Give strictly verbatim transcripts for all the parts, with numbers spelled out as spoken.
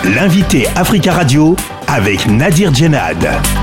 L'invité Africa Radio avec Nadir Djenad.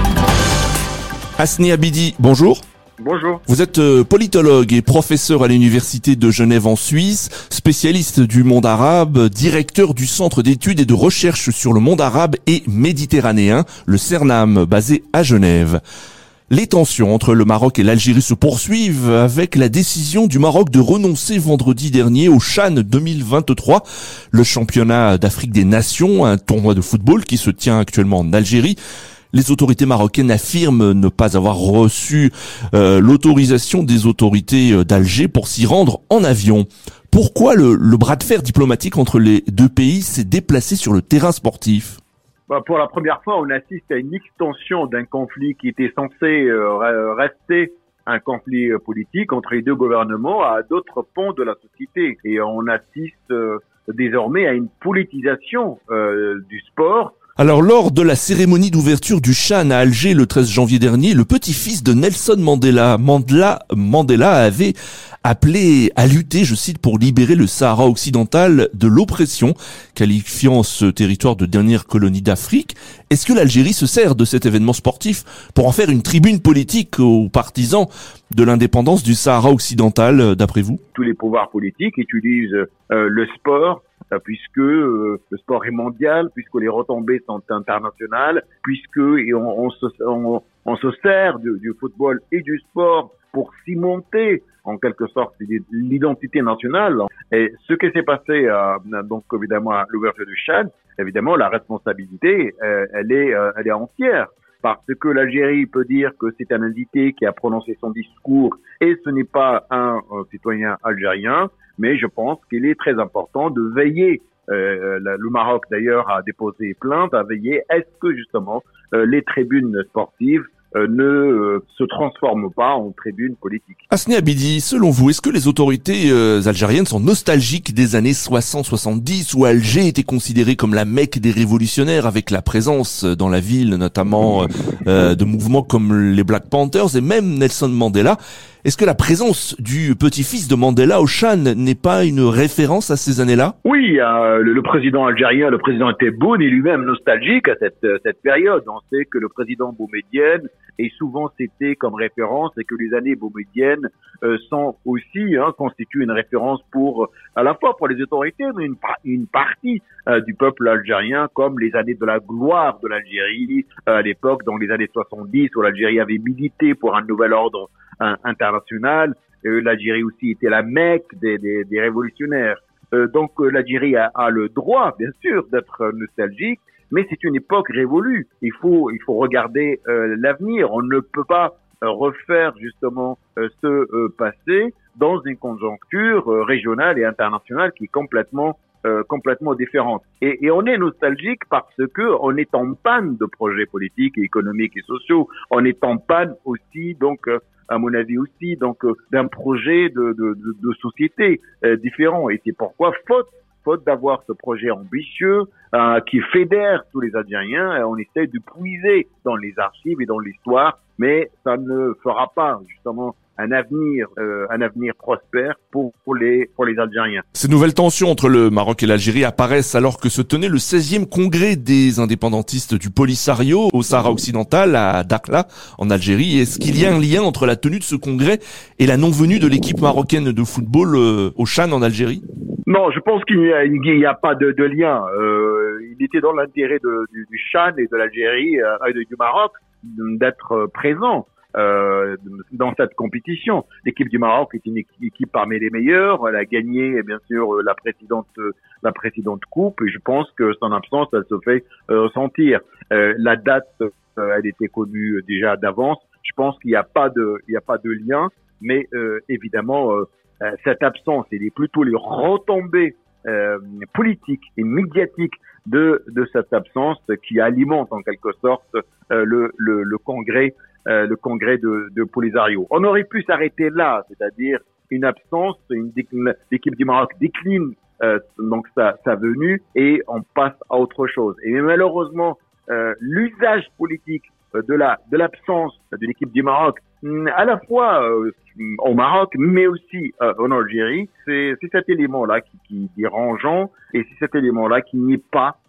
Hasni Abidi, bonjour. Bonjour. Vous êtes politologue et professeur à l'Université de Genève en Suisse, spécialiste du monde arabe, directeur du Centre d'études et de recherche sur le monde arabe et méditerranéen, le CERNAM, basé à Genève. Les tensions entre le Maroc et l'Algérie se poursuivent avec la décision du Maroc de renoncer vendredi dernier au CHAN deux mille vingt-trois, le championnat d'Afrique des Nations, un tournoi de football qui se tient actuellement en Algérie. Les autorités marocaines affirment ne pas avoir reçu euh, l'autorisation des autorités d'Alger pour s'y rendre en avion. Pourquoi le, le bras de fer diplomatique entre les deux pays s'est déplacé sur le terrain sportif ? Bah, pour la première fois, on assiste à une extension d'un conflit qui était censé euh, rester un conflit politique entre les deux gouvernements à d'autres pans de la société. Et on assiste euh, désormais à une politisation euh, du sport. Alors, lors de la cérémonie d'ouverture du CHAN à Alger le treize janvier dernier, le petit-fils de Nelson Mandela, Mandela, Mandela avait appelé à lutter, je cite, pour libérer le Sahara occidental de l'oppression, qualifiant ce territoire de dernière colonie d'Afrique. Est-ce que l'Algérie se sert de cet événement sportif pour en faire une tribune politique aux partisans de l'indépendance du Sahara occidental, d'après vous ? Tous les pouvoirs politiques utilisent euh, le sport puisque euh, le sport est mondial, puisque les retombées sont internationales, puisque et on, on, se, on, on se sert du, du football et du sport pour cimenter en quelque sorte l'identité nationale. Et ce qui s'est passé euh, donc évidemment à l'ouverture du CHAN, évidemment la responsabilité euh, elle est euh, elle est entière. Parce que l'Algérie peut dire que c'est un invité qui a prononcé son discours et ce n'est pas un, un citoyen algérien, mais je pense qu'il est très important de veiller, euh, le Maroc d'ailleurs a déposé plainte, à veiller, est-ce que justement euh, les tribunes sportives Euh, ne euh, se transforme pas en tribune politique. Hasni Abidi, selon vous, est-ce que les autorités euh, algériennes sont nostalgiques des années soixante soixante-dix où Alger était considéré comme la Mecque des révolutionnaires avec la présence dans la ville notamment euh, de mouvements comme les Black Panthers et même Nelson Mandela? Est-ce que la présence du petit-fils de Mandela au CHAN n'est pas une référence à ces années-là? Oui, euh, le, le président algérien, le président Tebboune est lui-même nostalgique à cette, cette période. On sait que le président Boumedienne est souvent cité comme référence et que les années boumediennes euh, sont aussi, hein, constituent une référence pour, à la fois pour les autorités, mais une, une partie euh, du peuple algérien, comme les années de la gloire de l'Algérie, euh, à l'époque, dans les années soixante-dix, où l'Algérie avait milité pour un nouvel ordre un, international. Euh, L'Algérie aussi était la Mecque des, des, des révolutionnaires. Euh, donc euh, l'Algérie a, a le droit, bien sûr, d'être nostalgique, mais c'est une époque révolue. Il faut, il faut regarder euh, l'avenir. On ne peut pas euh, refaire justement euh, ce euh, passé dans une conjoncture euh, régionale et internationale qui est complètement, euh, complètement différente. Et, et on est nostalgique parce que on est en panne de projets politiques, et économiques et sociaux. On est en panne aussi, donc. Euh, à mon avis aussi, donc euh, d'un projet de, de, de, de société euh, différent. Et c'est pourquoi, faute, faute d'avoir ce projet ambitieux euh, qui fédère tous les Algériens, euh, on essaie de puiser dans les archives et dans l'histoire, mais ça ne fera pas justement un avenir, euh, un avenir prospère pour, pour les, pour les Algériens. Ces nouvelles tensions entre le Maroc et l'Algérie apparaissent alors que se tenait le seizième congrès des indépendantistes du Polisario au Sahara occidental à Dakhla, en Algérie. Est-ce qu'il y a un lien entre la tenue de ce congrès et la non-venue de l'équipe marocaine de football euh, au CHAN en Algérie? Non, je pense qu'il n'y a, il n'y a pas de, de lien. Euh, il était dans l'intérêt de, du, du CHAN et de l'Algérie euh, et du Maroc d'être présent Euh, dans cette compétition. L'équipe du Maroc est une équipe parmi les meilleures. Elle a gagné, bien sûr, la précédente, la précédente coupe. Et je pense que son absence, elle se fait euh, ressentir. Euh, la date, euh, elle était connue déjà d'avance. Je pense qu'il n'y a pas de, il n'y a pas de lien. Mais euh, évidemment, euh, cette absence, elle est plutôt les retombées euh, politiques et médiatiques de de cette absence qui alimente en quelque sorte euh, le, le le congrès. Euh, le congrès de, de Polisario. On aurait pu s'arrêter là, c'est-à-dire une absence, une décline, l'équipe du Maroc décline euh, donc sa, sa venue et on passe à autre chose. Et malheureusement, euh, l'usage politique de la de l'absence de l'équipe du Maroc, à la fois euh, au Maroc, mais aussi euh, en Algérie, c'est, c'est cet élément-là qui, qui est dérangeant et c'est cet élément-là qui n'est pas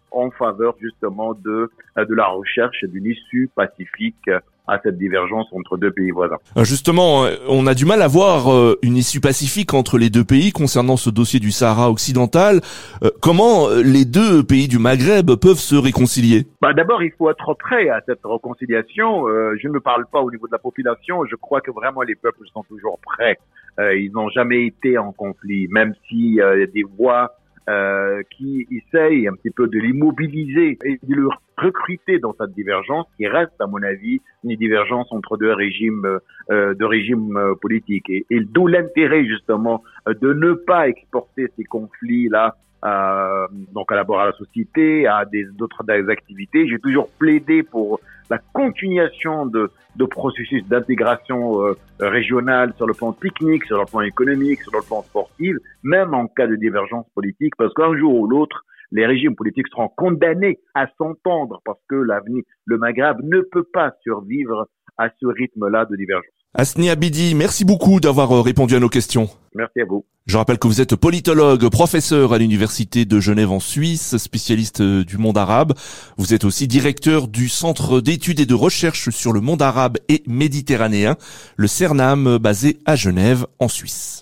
en faveur justement de, de la recherche d'une issue pacifique à cette divergence entre deux pays voisins. Justement, on a du mal à voir une issue pacifique entre les deux pays concernant ce dossier du Sahara occidental. Comment les deux pays du Maghreb peuvent se réconcilier ? Bah d'abord, il faut être prêt à cette réconciliation. Euh, je ne parle pas au niveau de la population. Je crois que vraiment les peuples sont toujours prêts. Euh, ils n'ont jamais été en conflit, même s'il y a des voix Euh, qui essaye un petit peu de l'immobiliser et de le recruter dans cette divergence qui reste, à mon avis, une divergence entre deux régimes, euh, deux régimes euh, politiques. Et, et d'où l'intérêt, justement, de ne pas exporter ces conflits-là euh, donc à la, à la société, à des d'autres des activités. J'ai toujours plaidé pour la continuation de, de processus d'intégration euh, régionale sur le plan technique, sur le plan économique, sur le plan sportif, même en cas de divergence politique, parce qu'un jour ou l'autre, les régimes politiques seront condamnés à s'entendre parce que l'avenir, le Maghreb ne peut pas survivre à ce rythme-là de divergence. Asni Abidi, merci beaucoup d'avoir répondu à nos questions. Merci à vous. Je rappelle que vous êtes politologue, professeur à l'Université de Genève en Suisse, spécialiste du monde arabe. Vous êtes aussi directeur du Centre d'études et de recherche sur le monde arabe et méditerranéen, le CERNAM, basé à Genève en Suisse.